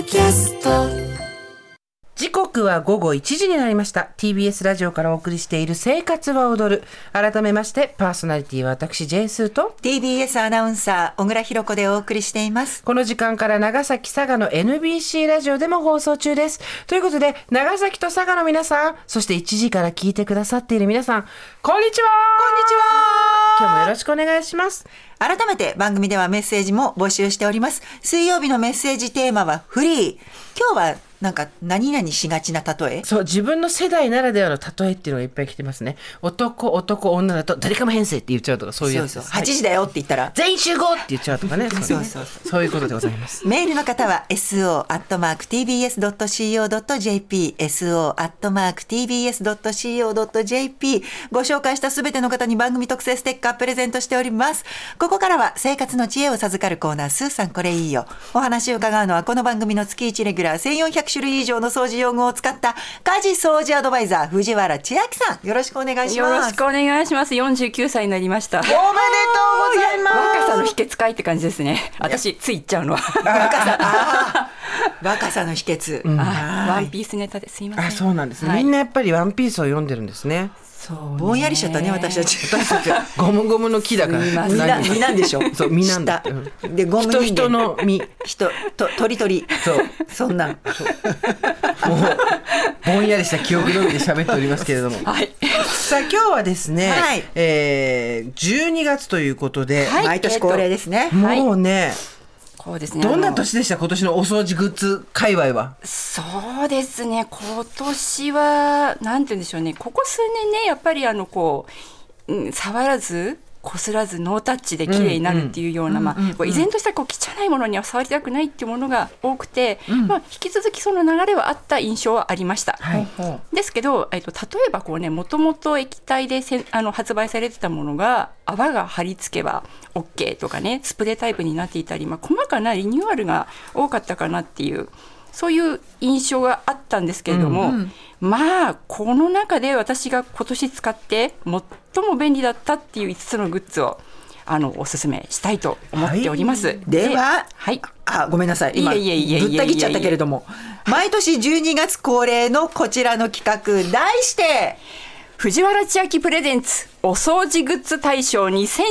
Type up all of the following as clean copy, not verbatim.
キャスト。 時刻は午後1時になりました。 TBS ラジオからお送りしている生活は踊る。改めましてパーソナリティは私ジェースーと TBS アナウンサー小倉弘子でお送りしています。 この時間から長崎佐賀の NBC ラジオでも放送中です。ということで長崎と佐賀の皆さん、そして1時から聞いてくださっている皆さん、こんにちは。 こんにちは。 今日もよろしくお願いします。 改めて番組ではメッセージも募集しております。水曜日のメッセージテーマはフリー。今日はなんか何々しがちな例え。 そう、自分の世代ならではの例えっていうのがいっぱい来てますね。男女だと誰かも編成って言っちゃうとか、そういうやつです。 8時だよって言ったら全員集合って言っちゃうとかね。そういうことでございます。 メールの方は so@tbs.co.jp so@tbs.co.jp ご紹介したすべての方に番組特製ステッカープレゼントしております。ここからは生活の知恵を授かるコーナー、スーさんこれいいよ。お話を伺うのはこの番組の月1レギュラー1400種類以上の掃除用具を使った家事掃除アドバイザー藤原千秋さん、よろしくお願いします。 よろしくお願いします。49歳になりました。 おめでとうございます。 若さの秘訣かいって感じですね。私つい言っちゃうのは若さの秘訣、 ワンピースネタですいません。 そうなんですね、みんなやっぱりワンピースを読んでるんですね。 そうぼんやりしちゃったね私たちゴムゴムの木だから実なんでしょ。 そう実なんだ。 でゴム人の実、 鳥そんなもうぼんやりした記憶のみで喋っておりますけれども、 はい、 さあ今日はですね、 はい、 12月ということで、 はい、毎年恒例ですね。 もうね、 こうですね、 どんな年でした今年のお掃除グッズ界隈は。 そうですね、今年はなんて言うんでしょうね、ここ数年ねやっぱり触らずこすらずノータッチで綺麗になるっていうような、依然とした汚いものには触りたくないっていうものが多くて、引き続きその流れはあった印象はありました、ですけど、例えばもともと液体で発売されてたものが泡が貼り付けば OK とかね、スプレータイプになっていたり、細かなリニューアルが多かったかなっていう、そういう印象があったんですけれども、この中で私が今年使って最も便利だったっていう5つのグッズをおすすめしたいと思っております、 では、ごめんなさい、今ぶった切っちゃったけれども、毎年12月恒例のこちらの企画、題して藤原千秋プレゼンツお掃除グッズ大賞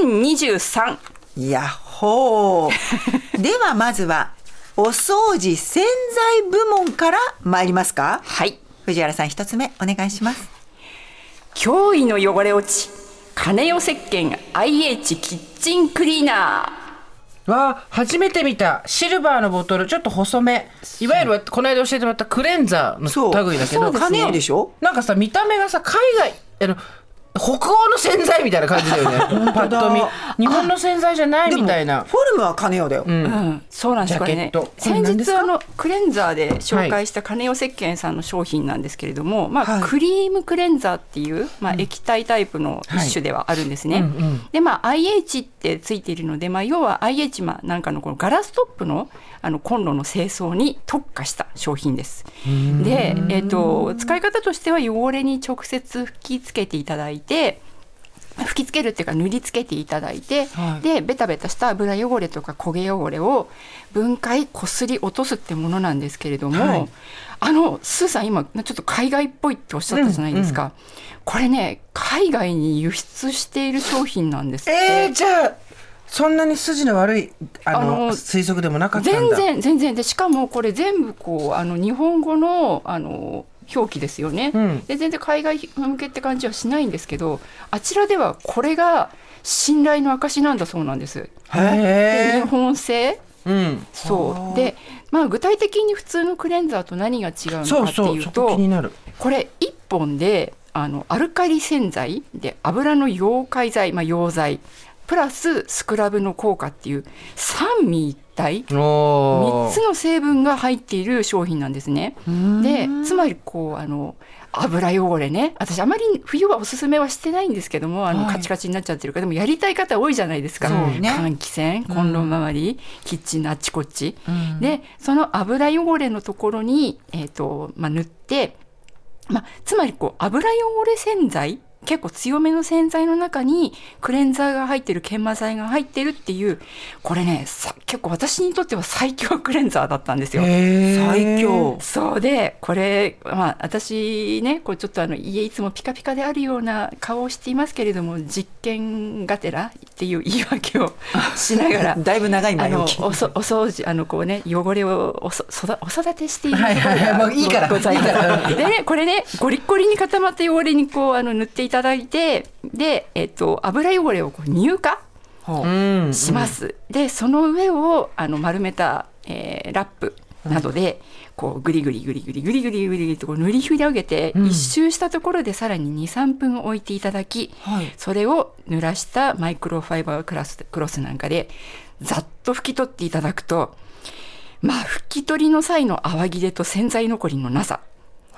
2023。 やっほーではまずはお掃除洗剤部門から参りますか。 はい、 藤原さん一つ目お願いします。 驚異の汚れ落ち金代石鹸 IH キッチンクリーナー。 初めて見た。シルバーのボトル、ちょっと細め、いわゆるこの間教えてもらったクレンザーの類だけど、 金代でしょ。なんかさ、見た目がさ、海外北欧の洗剤みたいな感じだよねパッと見日本の洗剤じゃないみたいな。 フォルムは金代だよ、 そうなんです。これね、先日クレンザーで紹介した金代石鹸さんの商品なんですけれども、クリームクレンザーっていう、液体タイプの一種ではあるんですね、でIH ってついているので、要は IH なんかのこのガラストップのコンロの清掃に特化した商品です。で、使い方としては汚れに直接吹きつけていただいて、吹きつけるっていうか塗りつけていただいて、でベタベタした油汚れとか焦げ汚れを分解こすり落とすってものなんですけれども、スーさん今ちょっと海外っぽいっておっしゃったじゃないですか、これね海外に輸出している商品なんですって。 じゃあそんなに筋の悪い推測でもなかったんだ。 全然で、しかもこれ全部日本語の表記ですよね、で全然海外向けって感じはしないんですけど、あちらではこれが信頼の証なんだそうなんです。で日本製、そうで、具体的に普通のクレンザーと何が違うのかっていうと、これ1本でアルカリ洗剤で油の溶解剤、溶剤プラススクラブの効果っていう三位一体3つの成分が入っている商品なんですね。でつまり油汚れね、私あまり冬はおすすめはしてないんですけども、カチカチになっちゃってるから、でもやりたい方多いじゃないですか、換気扇、コンロ周り、キッチンのあっちこっち、でその油汚れのところに、塗って、つまり油汚れ洗剤結構強めの洗剤の中にクレンザーが入ってる、研磨剤が入ってるっていう、これね結構私にとっては最強クレンザーだったんですよ。 最強。 そうで、これ、私ね、これちょっと家いつもピカピカであるような顔をしていますけれども、実験がてらっていう言い訳をしながらだいぶ長い前置き。 お掃除こうね、汚れをお育てしているとこはいもういいからございます。でね、これね、ゴリッゴリに固まった汚れにこう塗っていただいて、で、油汚れをこう乳化します。でその上を丸めた、ラップなどでこうグリグリグリグリグリグリグリとこう塗り広げて、一周したところでさらに 2,3 分置いていただき、それを濡らしたマイクロファイバークロスなんかでざっと拭き取っていただくと、拭き取りの際の泡切れと洗剤残りのなさ、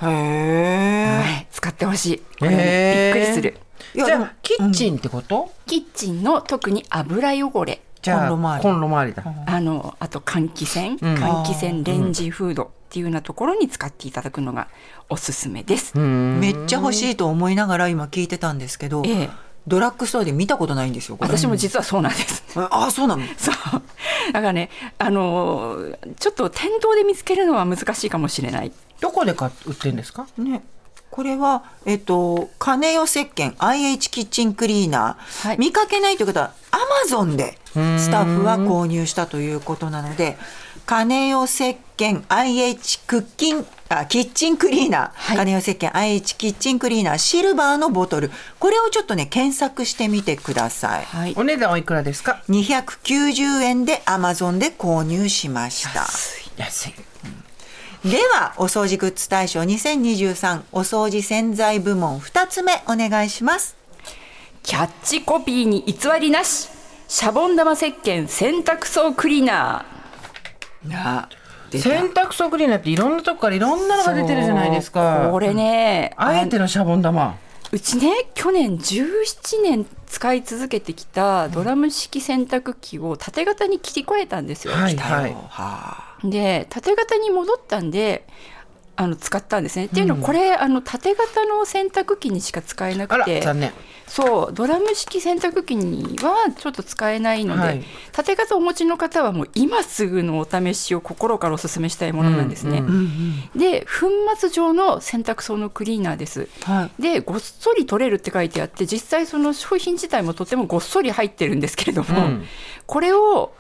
使ってほしい。これ、ね、びっくりする。 じゃあキッチンってこと？ キッチンの特に油汚れ、 じゃあコンロ周りだ。 あと換気扇、レンジフードっていうようなところに使っていただくのがおすすめです。 めっちゃ欲しいと思いながら今聞いてたんですけど、ドラッグストアで見たことないんですよ。 私も実はそうなんです。 そうなの。 そうだからね、ちょっと店頭で見つけるのは難しいかもしれない。 どこで売ってるんですかね。これは、カネヨ石鹸 IH キッチンクリーナー、見かけないという方は Amazon でスタッフは購入したということなので、カネヨ石鹸 IH キッチンクリーナー、カネヨ石鹸 IH キッチンクリーナーシルバーのボトル、これをちょっとね検索してみてください。 お値段おいくらですか ？290円で Amazon で購入しました。 安い。 ではお掃除グッズ大賞2023お掃除洗剤部門2つ目お願いします。 キャッチコピーに偽りなし、シャボン玉石鹸洗濯槽クリーナー。 洗濯槽クリーナーっていろんなとこからいろんなのが出てるじゃないですか。 これね、 あえてのシャボン玉。 うちね、去年17年使い続けてきたドラム式洗濯機を縦型に切り替えたんですよ。で縦型に戻ったんで使ったんですね。っていうのはこれ縦型の洗濯機にしか使えなくて、 残念。 そうドラム式洗濯機にはちょっと使えないので、縦型をお持ちの方はもう今すぐのお試しを心からお勧めしたいものなんですね。で粉末状の洗濯槽のクリーナーです。でごっそり取れるって書いてあって、実際その商品自体もとてもごっそり入ってるんですけれども、これを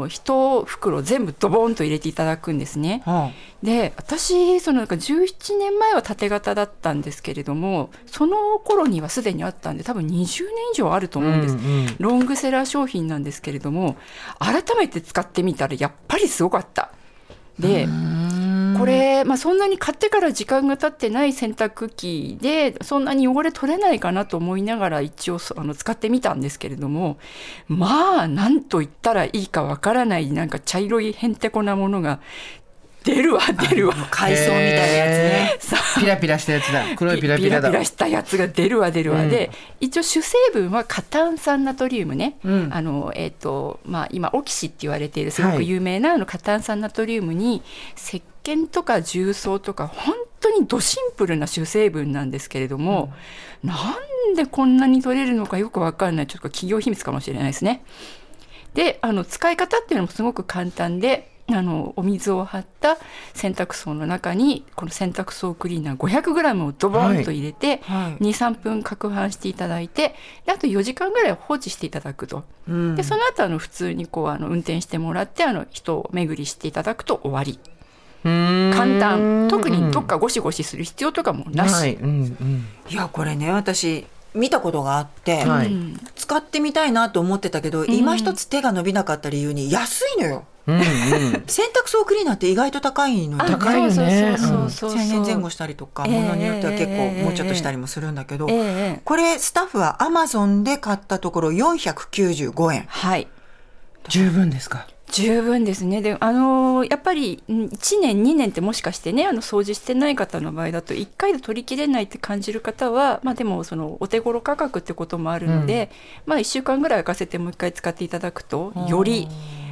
1袋全部ドボンと入れていただくんですね。で私なんか17年前は縦型だったんですけれども、その頃にはすでにあったんで多分20年以上あると思うんです。ロングセラー商品なんですけれども、改めて使ってみたらやっぱりすごかった。でこれ、そんなに買ってから時間が経ってない洗濯機でそんなに汚れ取れないかなと思いながら一応使ってみたんですけれども、何と言ったらいいかわからないなんか茶色いへんてこなものが出るわ海藻みたいなやつね。 ピラピラしたやつだ。黒いピラピラだ。 ピラピラしたやつが出るわ。で一応主成分は過炭酸ナトリウムね、今オキシって言われているすごく有名な過炭酸ナトリウムに石鹸とか重曹とか本当にドシンプルな主成分なんですけれども、なんでこんなに取れるのかよく分かんない、ちょっと企業秘密かもしれないですね。で使い方っていうのもすごく簡単で、お水を張った洗濯槽の中にこの洗濯槽クリーナー 500g をドボンと入れて、2,3 分攪拌していただいて、であと4時間ぐらい放置していただくと、でその後普通にこう運転してもらって人巡りしていただくと終わり。簡単。特にどっかゴシゴシする必要とかもなし。 いやこれね私見たことがあって、使ってみたいなと思ってたけど、今一つ手が伸びなかった理由に安いのよ。洗濯槽クリーナーって意外と高いのよね。 高いよね。 1000円前後したりとか、ものによっては結構もうちょっとしたりもするんだけど、これスタッフは Amazon で買ったところ495円。 十分ですか？ 十分ですね。でやっぱり1年2年ってもしかしてね掃除してない方の場合だと1回で取り切れないって感じる方は、でもお手頃価格ってこともあるので、1週間ぐらい浮かせてもう1回使っていただくとより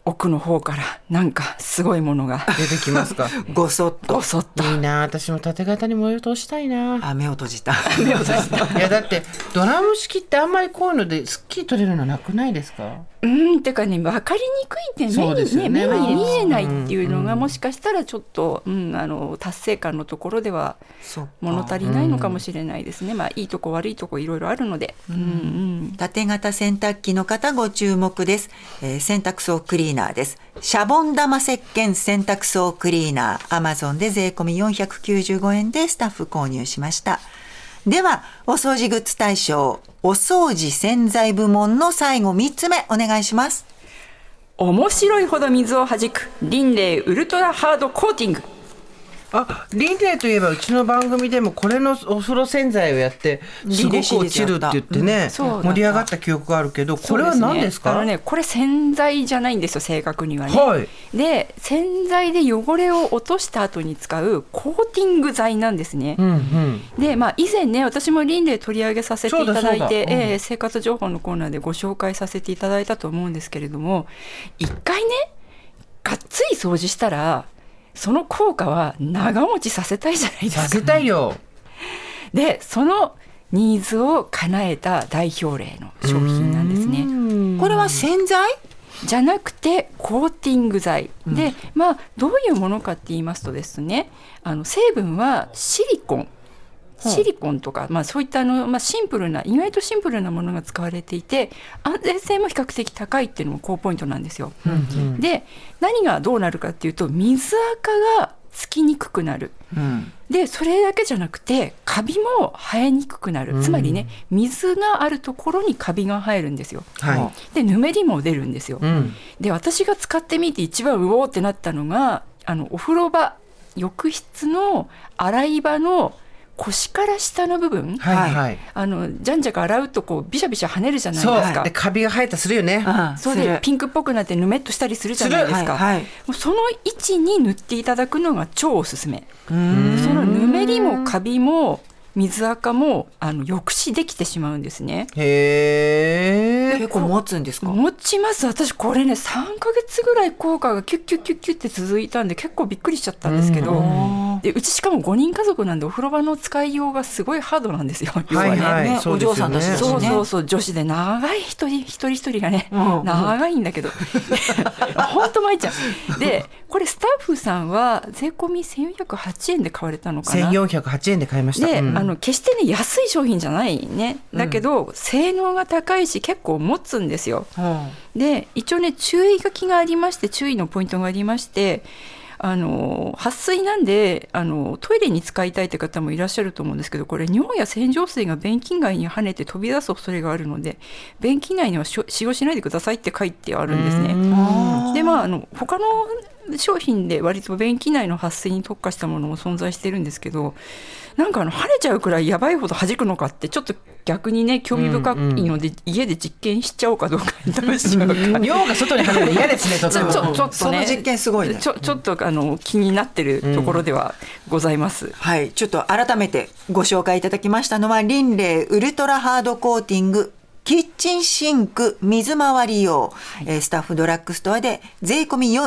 奥の方からなんかすごいものが出てきますか。 ごそっと。 ごそっと。 いいな、私も縦型に模様通したいな。 あ、目を閉じた。 いやだってドラム式ってあんまりこういうのですっきり取れるのなくないですか。 てかね、分かりにくいってそうですよね目に見えないっていうのがもしかしたらちょっと、達成感のところでは物足りないのかもしれないですね。いいとこ悪いとこいろいろあるので、 縦型洗濯機の方ご注目です。洗濯槽クリーナーです。シャボン玉石鹸洗濯槽クリーナー、Amazon で税込み495円でスタッフ購入しました。ではお掃除グッズ大賞お掃除洗剤部門の最後3つ目お願いします。 面白いほど水をはじくリンレイウルトラハードコーティング。 あ、リンレイといえばうちの番組でもこれのお風呂洗剤をやってすごく落ちるって言ってね、盛り上がった記憶があるけど、これは何ですか。 これ洗剤じゃないんですよ、正確にはね。 はい、 で洗剤で汚れを落とした後に使うコーティング剤なんですね。で、以前ね、私もリンレイ取り上げさせていただいて、生活情報のコーナーでご紹介させていただいたと思うんですけれども、一回ねがっつり掃除したらその効果は長持ちさせたいじゃないですか。 させたいよ。 でそのニーズを叶えた代表例の商品なんですね。 これは洗剤じゃなくてコーティング剤で、どういうものかって言いますとですね、成分はシリコンとか、そういったシンプルな、意外とシンプルなものが使われていて、安全性も比較的高いっていうのも高ポイントなんですよ。で何がどうなるかっていうと、水垢がつきにくくなる、でそれだけじゃなくてカビも生えにくくなる、つまりね、水があるところにカビが生えるんですよ。でぬめりも出るんですよ。で私が使ってみて一番うおーってなったのが、お風呂場、浴室の洗い場の腰から下の部分、じゃんじゃか洗うとこうビシャビシャ跳ねるじゃないですか。 でカビが生えたするよね。 そうでピンクっぽくなってぬめっとしたりするじゃないですか。もうその位置に塗っていただくのが超おすすめ。そのぬめりもカビも水垢も抑止できてしまうんですね。 へー、結構持つんですか。 持ちます。私これね3ヶ月ぐらい効果がキュッキュッキュッキュッって続いたんで結構びっくりしちゃったんですけど、でうちしかも5人家族なんでお風呂場の使いようがすごいハードなんですよ。 お嬢さんたちですね。 そう女子で長い一人がね、長いんだけどほんと参っちゃう。でこれスタッフさんは税込み1408円で買われたのかな。 1408円で買いました。 で、決してね安い商品じゃないね。だけど、性能が高いし結構持つんですよ。で一応ね注意書きがありまして、注意のポイントがありまして、撥水なんでトイレに使いたいという方もいらっしゃると思うんですけど、これ尿や洗浄水が便器外に跳ねて飛び出す恐れがあるので便器内には使用しないでくださいって書いてあるんですね。で他の商品で割と便器内の撥水に特化したものも存在してるんですけど、なんか跳ねちゃうくらいやばいほど弾くのかってちょっと逆にね興味深いので、家で実験しちゃおうかどうか試しちゃうか。 尿が外に跳ねるの嫌ですね。ちょっとねその実験すごいね。 ちょっと気になってるところではございます。 はい、ちょっと改めてご紹介いただきましたのはリンレイウルトラハードコーティングキッチンシンク水回り用、スタッフドラッグストアで税込み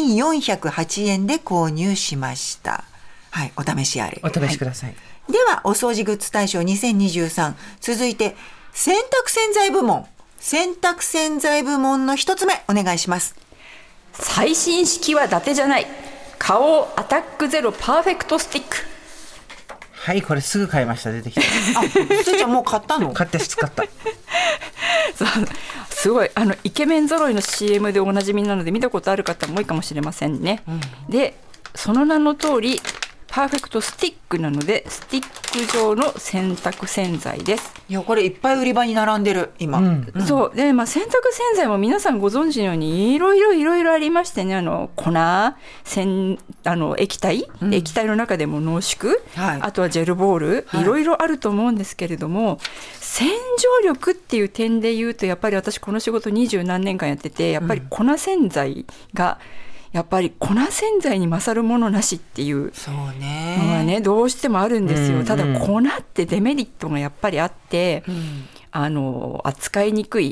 1408円で購入しました。はい、お試しあれ。 お試しください。 ではお掃除グッズ大賞2023、続いて洗濯洗剤部門の一つ目お願いします。 最新式は伊達じゃない、花王アタックゼロパーフェクトスティック。 はい、これすぐ買いました。出てきた。 すーちゃんもう買ったの？ 買って使ったすごいイケメン揃いの CM でおなじみなので見たことある方も多いかもしれませんね。でその名の通りパーフェクトスティックなのでスティック状の洗濯洗剤です。 いやこれいっぱい売り場に並んでる今、 そうで、洗濯洗剤も皆さんご存知のようにいろいろありましてね、液体の中でも濃縮、あとはジェルボール、いろいろあると思うんですけれども、洗浄力っていう点で言うとやっぱり私この仕事20何年間やってて、やっぱり粉洗剤がやっぱり粉洗剤に勝るものなしっていうのがねどうしてもあるんですよ。ただ粉ってデメリットがやっぱりあって、扱いにくい。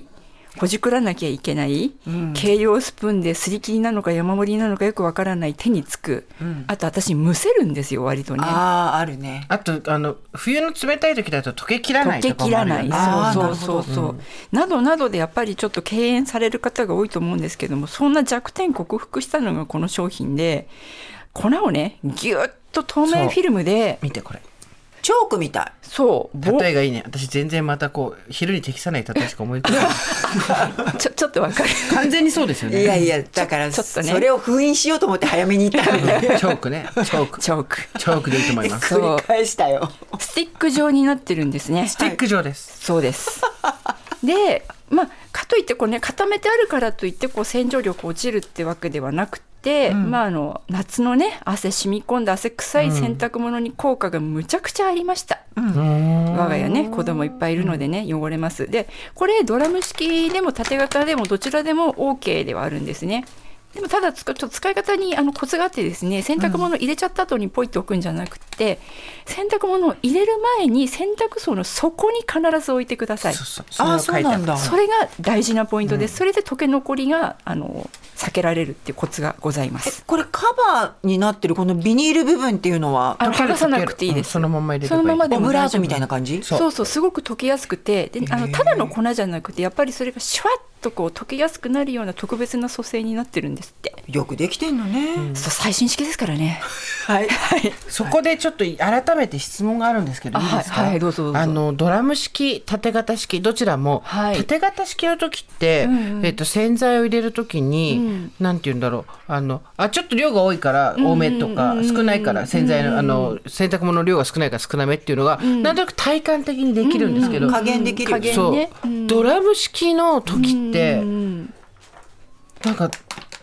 ほじくらなきゃいけない、計量スプーンですり切りなのか山盛りなのかよくわからない手につく、あと私むせるんですよ割とね。 あるね。 あと冬の冷たい時だと溶けきらないとかもあるよね。 そうなどなどでやっぱりちょっと敬遠される方が多いと思うんですけども、そんな弱点克服したのがこの商品で、粉をねギュッと透明フィルムで、 見てこれチョークみたい。 そう例えがいいね。私全然またこう昼に適さない例えしか思いつかないちょっとわかる。 完全にそうですよね。 いやだからちょっとね、 それを封印しようと思って早めに言ったのね。 チョークね、チョークでいいと思います。 繰り返したよ。 スティック状になってるんですね。 スティック状です、 そうです。でかといってこうね固めてあるからといってこう洗浄力落ちるってわけではなくて、夏のね汗染み込んだ汗臭い洗濯物に効果がむちゃくちゃありました。我が家ね子供いっぱいいるのでね汚れます。でこれドラム式でも縦型でもどちらでも OK ではあるんですね。でもただちょっと使い方にコツがあってですね、洗濯物入れちゃった後にポイって置くんじゃなくて、洗濯物を入れる前に洗濯槽の底に必ず置いてください。 そうなんだ。 それが大事なポイントです。それで溶け残りが避けられるっていうコツがございます。 これカバーになってるこのビニール部分っていうのは剥がさなくていいです、 そのまま入れればいい。 そのままでもオブラートみたいな感じ。 そうすごく溶けやすくて、でただの粉じゃなくてやっぱりそれがシュワッとこう溶けやすくなるような特別な組成になってるんですって。 よくできてんのね、 そう最新式ですからね。 はい、 そこでちょっと改めて質問があるんですけど、いいですか。 はい、どうぞ。 ドラム式縦型式どちらも、縦型式の時って、洗剤を入れる時に、なんて言うんだろう、ちょっと量が多いから多めとか、少ないから洗剤の、洗濯物の量が少ないから少なめっていうのが、なんとなく体感的にできるんですけど、 加減できる。 そう、ドラム式の時って、なんか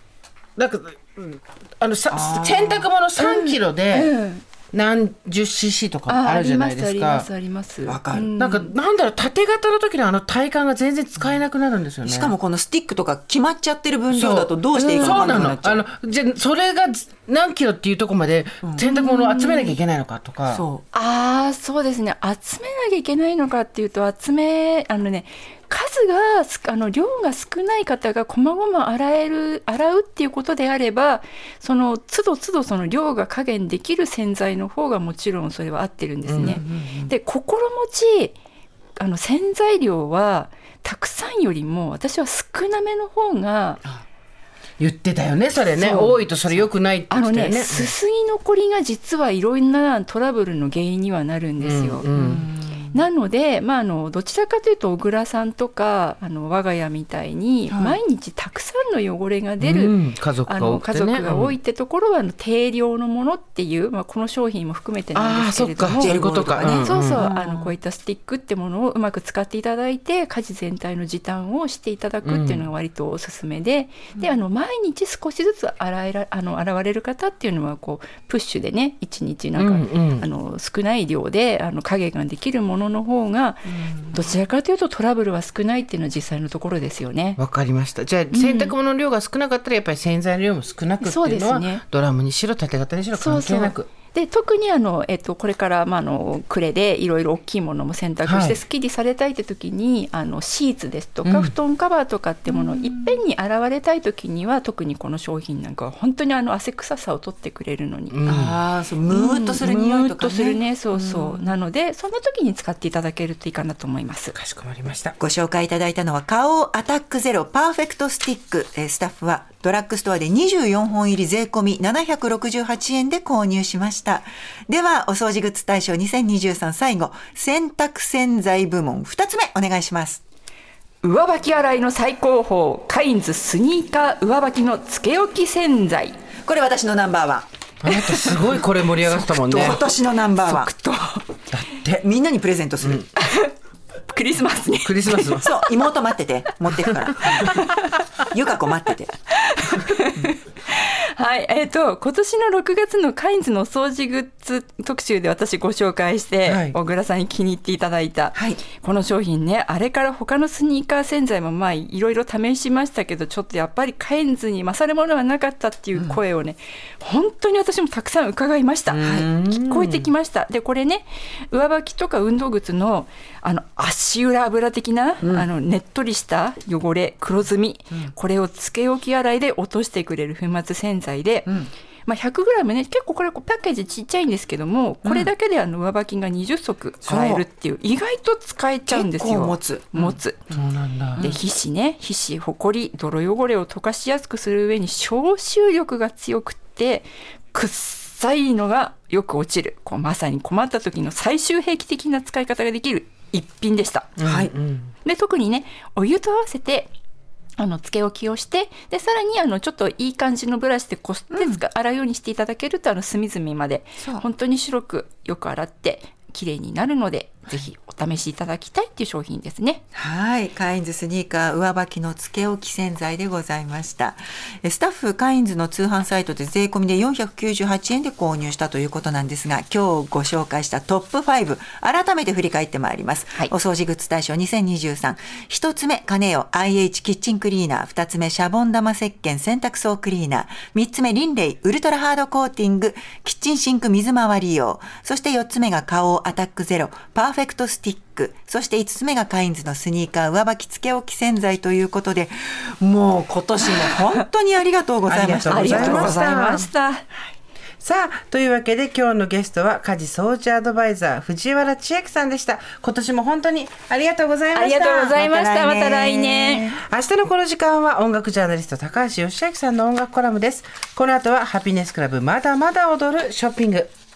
洗濯物3キロで何十 cc とかあるじゃないですか。 あります。 わかる。 なんだろう、縦型の時の体感が全然使えなくなるんですよね。 しかもこのスティックとか決まっちゃってる分量だとどうしていいか分からなくなっちゃう。 じゃあそれが何キロっていうところまで洗濯物を集めなきゃいけないのかとか。 そうですね、集めなきゃいけないのかっていうと、量が少ない方がこまごま洗うっていうことであれば、その都度都度その量が加減できる洗剤の方がもちろんそれは合ってるんですね。で心持ち洗剤量はたくさんよりも私は少なめの方が言ってたよね、それね。多いとそれ良くないって言ってたよね。 すすぎ残りが実はいろんなトラブルの原因にはなるんですよ。なので、どちらかというと小倉さんとか我が家みたいに毎日たくさんの汚れが出る、 家族が多くてね、 家族が多いってところは定量のものっていう、この商品も含めてなんですけれども、 そういうことか、 こういったスティックってものをうまく使っていただいて家事全体の時短をしていただくっていうのが割とおすすめで、毎日少しずつ洗われる方っていうのはこうプッシュでね、1日少ない量で影ができるものの方がどちらかというとトラブルは少ないっていうのは実際のところですよね。 わかりました。じゃあ洗濯物の量が少なかったらやっぱり洗剤の量も少なくっていうのは、ドラムにしろ縦型にしろ関係なく。 で特にこれから、クレでいろいろ大きいものも洗濯してすっきりされたいって時に、シーツですとか布団カバーとかってものをいっぺんに洗われたい時には、特にこの商品なんかは本当に汗臭さを取ってくれるのに、 ムーッとする匂いとかね、 ムーッとするね、なのでその時に使っていただけるといいかなと思います。 かしこまりました。 ご紹介いただいたのは花王アタックゼロパーフェクトスティック、スタッフはドラッグストアで24本入り税込み768円で購入しました。ではお掃除グッズ大賞2023最後、洗濯洗剤部門2つ目お願いします。 上履き洗いの最高峰、カインズスニーカー上履きのつけ置き洗剤。 これ私のナンバーワン。 あなたすごいこれ盛り上がったもんね。 今年のナンバーワン。 だってみんなにプレゼントする、 クリスマスに。 クリスマスのそう、妹待ってて持ってくからゆか子待っててはい、今年の6月のカインズのお掃除グッズ特集で私ご紹介して、はい、小倉さんに気に入っていただいた、はい、この商品ね、あれから他のスニーカー洗剤もまあいろいろ試しましたけど、ちょっとやっぱりカインズに勝るものはなかったっていう声をね、本当に私もたくさん伺いました。はい、聞こえてきました。でこれね、上履きとか運動靴の足裏油的な、ねっとりした汚れ、黒ずみ、これをつけ置き洗いで落としてくれる粉末洗剤で、100g ね、結構これパッケージちっちゃいんですけども、これだけで上履きが20足洗えるっていう、意外と使えちゃうんですよ。 結構持つ。 そうなんだ。 で皮脂、ほこり、泥汚れを溶かしやすくする上に消臭力が強くって臭いのがよく落ちる、まさに困った時の最終兵器的な使い方ができる一品でした。はい、で特にね、お湯と合わせてつけ置きをして、でさらにちょっといい感じのブラシでこすって洗うようにしていただけると、隅々まで本当に白くよく洗って綺麗になるので、ぜひお試しいただきたいっていう商品ですね。 はい、カインズスニーカー上履きのつけ置き洗剤でございました。スタッフカインズの通販サイトで税込みで498円で購入したということなんですが、今日ご紹介したトップ5改めて振り返ってまいります。はい、お掃除グッズ大賞2023、1つ目カネオ IH キッチンクリーナー、2つ目シャボン玉石鹸洗濯槽クリーナー、3つ目リンレイウルトラハードコーティングキッチンシンク水回り用、そして4つ目が花王アタックゼロパーフェクトスティック、そして5つ目がカインズのスニーカー上履きつけ置き洗剤ということで、もう今年も本当にありがとうございました。 ありがとうございました。 さあ、というわけで今日のゲストは家事掃除アドバイザー藤原千秋さんでした。今年も本当にありがとうございました。 ありがとうございました。また来年。 明日のこの時間は音楽ジャーナリスト高橋義明さんの音楽コラムです。この後はハピネスクラブまだまだ踊るショッピング。